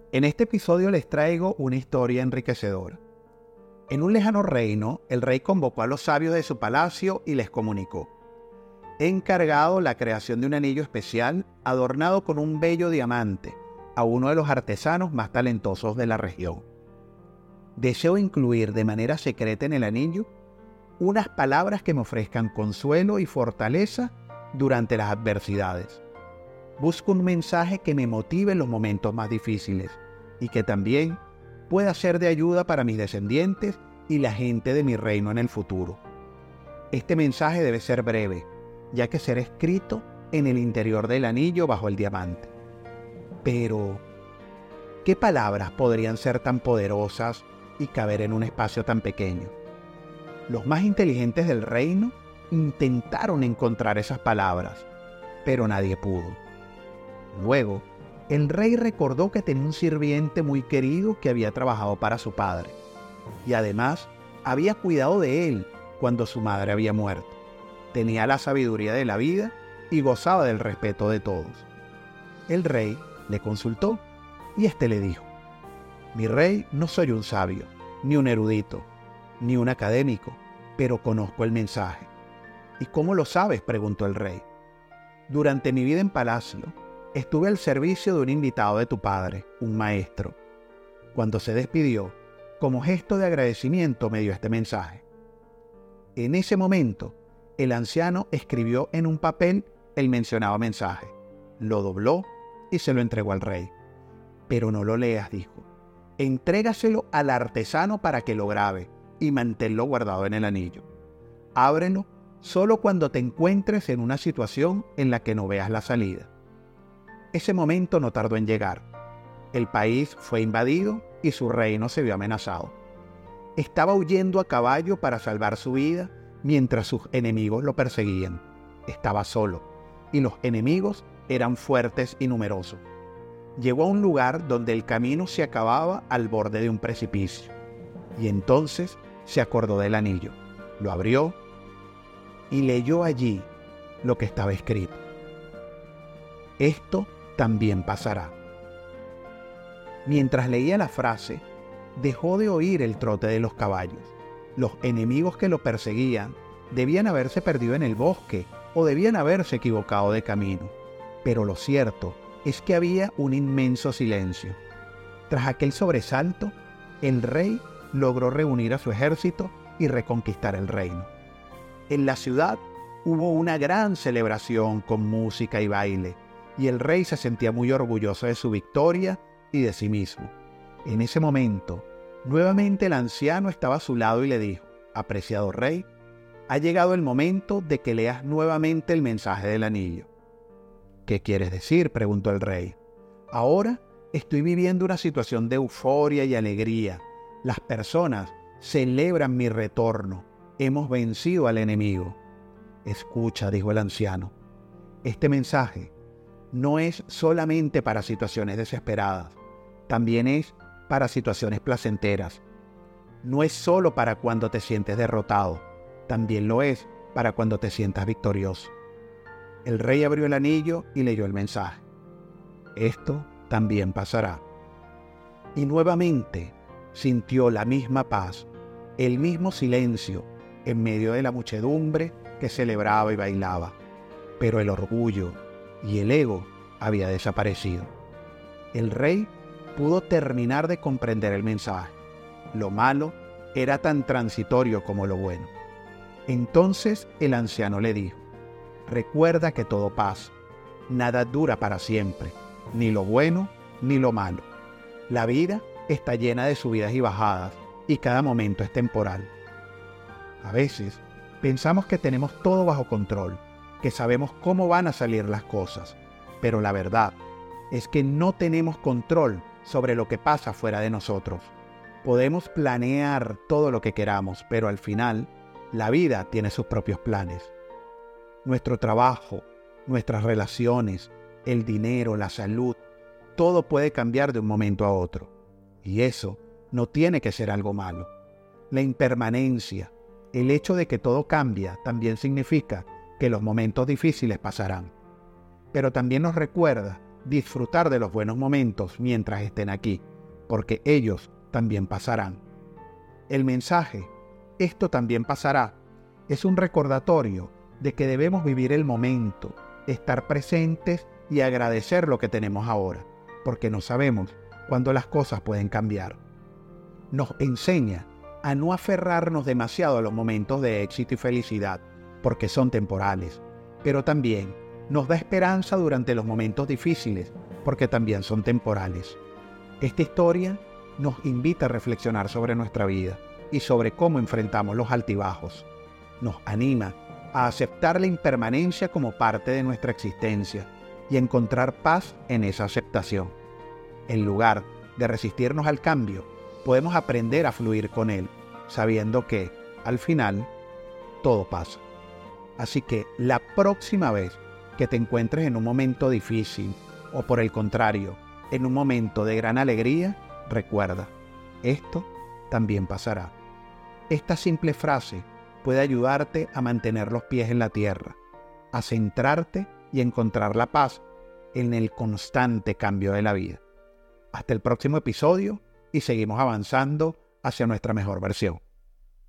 En este episodio les traigo una historia enriquecedora. En un lejano reino, el rey convocó a los sabios de su palacio y les comunicó: he encargado la creación de un anillo especial adornado con un bello diamante a uno de los artesanos más talentosos de la región. Deseo incluir de manera secreta en el anillo unas palabras que me ofrezcan consuelo y fortaleza durante las adversidades. Busco un mensaje que me motive en los momentos más difíciles y que también pueda ser de ayuda para mis descendientes y la gente de mi reino en el futuro. Este mensaje debe ser breve, ya que será escrito en el interior del anillo bajo el diamante. Pero, ¿qué palabras podrían ser tan poderosas y caber en un espacio tan pequeño? Los más inteligentes del reino intentaron encontrar esas palabras, pero nadie pudo. Luego, el rey recordó que tenía un sirviente muy querido que había trabajado para su padre, y además había cuidado de él cuando su madre había muerto. Tenía la sabiduría de la vida y gozaba del respeto de todos. El rey le consultó y éste le dijo: mi rey, no soy un sabio, ni un erudito, ni un académico, pero conozco el mensaje. ¿Y cómo lo sabes?, preguntó el rey. Durante mi vida en palacio, estuve al servicio de un invitado de tu padre, un maestro. Cuando se despidió, como gesto de agradecimiento me dio este mensaje. En ese momento, el anciano escribió en un papel el mencionado mensaje, lo dobló y se lo entregó al rey. Pero no lo leas, dijo. Entrégaselo al artesano para que lo grabe y manténlo guardado en el anillo. Ábrelo solo cuando te encuentres en una situación en la que no veas la salida. Ese momento no tardó en llegar. El país fue invadido y su reino se vio amenazado. Estaba huyendo a caballo para salvar su vida mientras sus enemigos lo perseguían. Estaba solo y los enemigos eran fuertes y numerosos. Llegó a un lugar donde el camino se acababa al borde de un precipicio. Y entonces se acordó del anillo, lo abrió y leyó allí lo que estaba escrito. Esto también pasará. Mientras leía la frase, dejó de oír el trote de los caballos. Los enemigos que lo perseguían debían haberse perdido en el bosque o debían haberse equivocado de camino. Pero lo cierto es que había un inmenso silencio. Tras aquel sobresalto, el rey logró reunir a su ejército y reconquistar el reino. En la ciudad hubo una gran celebración con música y baile, y el rey se sentía muy orgulloso de su victoria y de sí mismo. En ese momento, nuevamente el anciano estaba a su lado y le dijo: apreciado rey, ha llegado el momento de que leas nuevamente el mensaje del anillo. ¿Qué quieres decir?, preguntó el rey. Ahora estoy viviendo una situación de euforia y alegría. Las personas celebran mi retorno. Hemos vencido al enemigo. Escucha, dijo el anciano. Este mensaje no es solamente para situaciones desesperadas. También es para situaciones placenteras. No es solo para cuando te sientes derrotado. También lo es para cuando te sientas victorioso. El rey abrió el anillo y leyó el mensaje. Esto también pasará. Y nuevamente sintió la misma paz, el mismo silencio en medio de la muchedumbre que celebraba y bailaba. Pero el orgullo y el ego había desaparecido. El rey pudo terminar de comprender el mensaje. Lo malo era tan transitorio como lo bueno. Entonces el anciano le dijo: recuerda que todo pasa. Nada dura para siempre, ni lo bueno ni lo malo. La vida está llena de subidas y bajadas, y cada momento es temporal. A veces pensamos que tenemos todo bajo control, que sabemos cómo van a salir las cosas, pero la verdad es que no tenemos control sobre lo que pasa fuera de nosotros. Podemos planear todo lo que queramos, pero al final, la vida tiene sus propios planes. Nuestro trabajo, nuestras relaciones, el dinero, la salud, todo puede cambiar de un momento a otro. Y eso no tiene que ser algo malo. La impermanencia, el hecho de que todo cambia, también significa que los momentos difíciles pasarán. Pero también nos recuerda disfrutar de los buenos momentos mientras estén aquí, porque ellos también pasarán. El mensaje, esto también pasará, es un recordatorio de que debemos vivir el momento, estar presentes y agradecer lo que tenemos ahora, porque no sabemos cuándo las cosas pueden cambiar. Nos enseña a no aferrarnos demasiado a los momentos de éxito y felicidad, porque son temporales, pero también nos da esperanza durante los momentos difíciles, porque también son temporales. Esta historia nos invita a reflexionar sobre nuestra vida y sobre cómo enfrentamos los altibajos. Nos anima a aceptar la impermanencia como parte de nuestra existencia y encontrar paz en esa aceptación. En lugar de resistirnos al cambio, podemos aprender a fluir con él, sabiendo que, al final, todo pasa. Así que la próxima vez que te encuentres en un momento difícil, o por el contrario, en un momento de gran alegría, recuerda, esto también pasará. Esta simple frase puede ayudarte a mantener los pies en la tierra, a centrarte y encontrar la paz en el constante cambio de la vida. Hasta el próximo episodio y seguimos avanzando hacia nuestra mejor versión.